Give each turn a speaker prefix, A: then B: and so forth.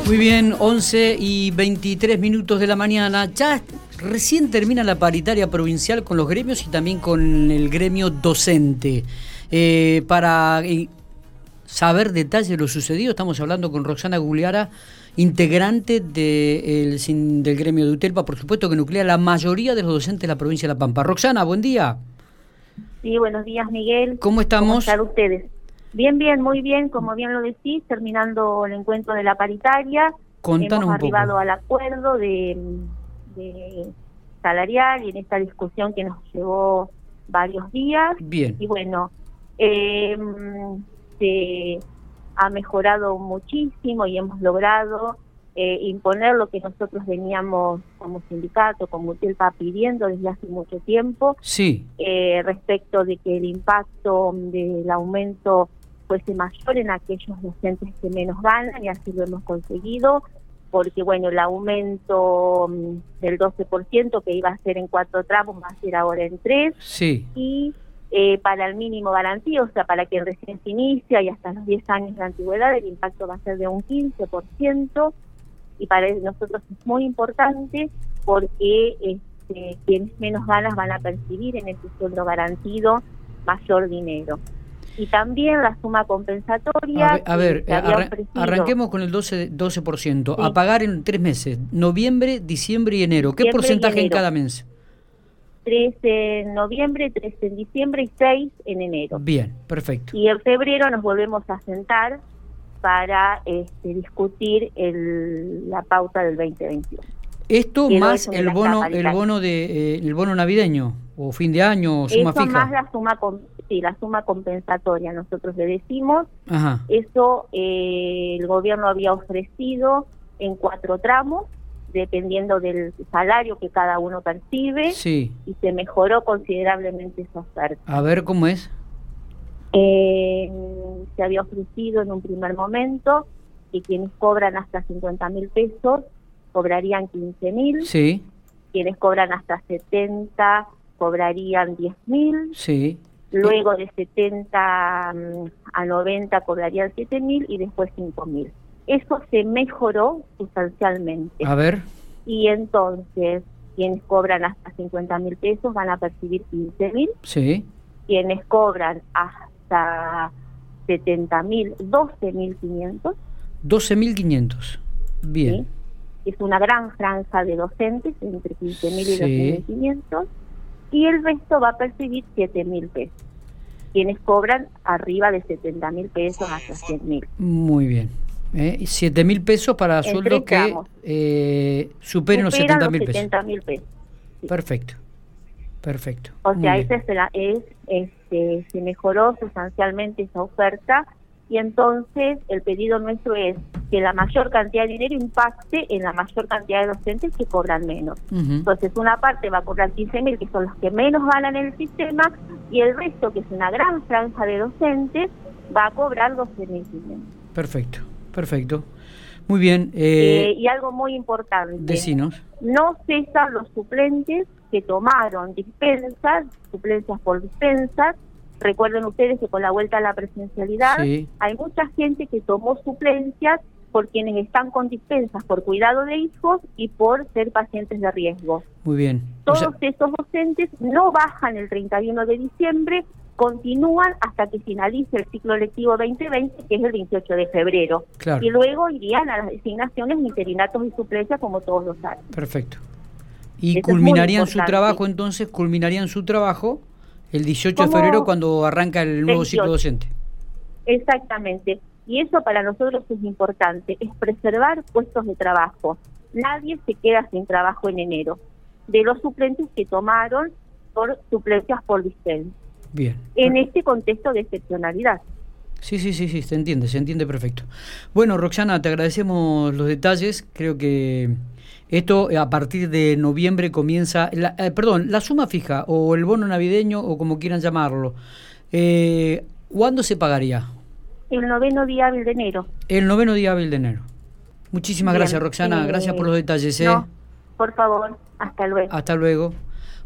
A: Muy bien, 11:23 de la mañana. Ya recién termina la paritaria provincial con los gremios y también con el gremio docente. Para saber detalles de lo sucedido, estamos hablando con Roxana Gugliara, integrante del gremio de UTELPA, por supuesto, que nuclea la mayoría de los docentes de la provincia de La Pampa. Roxana, buen día.
B: Sí, buenos días, Miguel.
A: ¿Cómo estamos?
B: ¿Cómo están ustedes? Bien, muy bien, como bien lo decís, terminando el encuentro de la paritaria.
A: Contanos
B: Hemos
A: un poco.
B: arribado al acuerdo de salarial y en esta discusión que nos llevó varios días.
A: Bien.
B: Y bueno, se ha mejorado muchísimo y hemos logrado imponer lo que nosotros veníamos como sindicato, como UTELPA, pidiendo desde hace mucho tiempo.
A: Sí.
B: Respecto de que el impacto del aumento fuese mayor en aquellos docentes que menos ganan, y así lo hemos conseguido, porque bueno, el aumento del 12% que iba a ser en 4 tramos va a ser ahora en 3.
A: Sí.
B: Y para el mínimo garantía, o sea, para quien recién se inicia y hasta los 10 años de antigüedad, el impacto va a ser de un 15%, y para nosotros es muy importante porque quienes menos ganas van a percibir en ese sueldo garantido mayor dinero. Y también la suma compensatoria.
A: Arranquemos con el 12%.
B: Sí.
A: A pagar en 3 meses, noviembre, diciembre y enero. ¿Qué porcentaje en cada mes?
B: 3 en noviembre, 3 en diciembre y 6 en enero.
A: Bien, perfecto.
B: Y en febrero nos volvemos a sentar para discutir la pauta del 2021.
A: Esto más el bono navideño o fin de año o suma
B: eso
A: fija.
B: Más la suma compensatoria, nosotros le decimos.
A: Ajá.
B: Eso el gobierno había ofrecido en 4 tramos, dependiendo del salario que cada uno percibe.
A: Sí.
B: Y se mejoró considerablemente esa oferta.
A: A ver cómo es.
B: Se había ofrecido en un primer momento que quienes cobran hasta 50.000 pesos cobrarían 15.000.
A: Sí.
B: Quienes cobran hasta 70 cobrarían 10.000.
A: Sí.
B: Luego de 70 a 90 cobrarían 7.000 y después 5.000. Eso se mejoró sustancialmente.
A: A ver.
B: Y entonces quienes cobran hasta 50.000 pesos van a percibir 15.000.
A: Sí.
B: Quienes cobran hasta 70.000, 12.500.
A: 12.500. Bien.
B: ¿Sí? Es una gran franja de docentes, entre 15.000 y
A: Sí.
B: 12.500. Y el resto va a percibir 7.000 pesos. Quienes cobran arriba de 70.000 pesos hasta 100.000.
A: Muy bien. 7.000 pesos para sueldos que superen los 70.000 pesos.
B: 70.000 pesos. Sí.
A: Perfecto.
B: O
A: Muy
B: sea,
A: bien.
B: se mejoró sustancialmente esa oferta, y entonces el pedido nuestro es que la mayor cantidad de dinero impacte en la mayor cantidad de docentes que cobran menos.
A: Uh-huh.
B: Entonces una parte va a cobrar 15.000, que son los que menos ganan en el sistema, y el resto, que es una gran franja de docentes, va a cobrar 12.500.
A: Perfecto. Muy bien.
B: Y algo muy importante.
A: Decinos.
B: No cesan los suplentes que tomaron suplencias por dispensas. Recuerden ustedes que con la vuelta a la presencialidad
A: Sí.
B: hay mucha gente que tomó suplencias por quienes están con dispensas por cuidado de hijos y por ser pacientes de riesgo.
A: Muy bien.
B: Todos estos docentes no bajan el 31 de diciembre, continúan hasta que finalice el ciclo lectivo 2020, que es el 28 de febrero.
A: Claro.
B: Y luego irían a las designaciones, interinatos y suplencias como todos los años.
A: Perfecto. Y
B: Eso
A: culminarían
B: es muy
A: su trabajo, entonces, el 18 de febrero cuando arranca el nuevo
B: 28.
A: ciclo docente.
B: Exactamente. Y eso para nosotros es importante, es preservar puestos de trabajo. Nadie se queda sin trabajo en enero, de los suplentes que tomaron por suplencias por dispensa.
A: Bien.
B: En este contexto de excepcionalidad.
A: Sí, se entiende perfecto. Bueno, Roxana, te agradecemos los detalles. Creo que esto a partir de noviembre comienza, la suma fija o el bono navideño o como quieran llamarlo. ¿Cuándo se pagaría?
B: El 9º día hábil de enero.
A: El 9º día hábil de enero. Muchísimas gracias, Roxana. Gracias por los detalles.
B: No, por favor, hasta luego.
A: Hasta luego.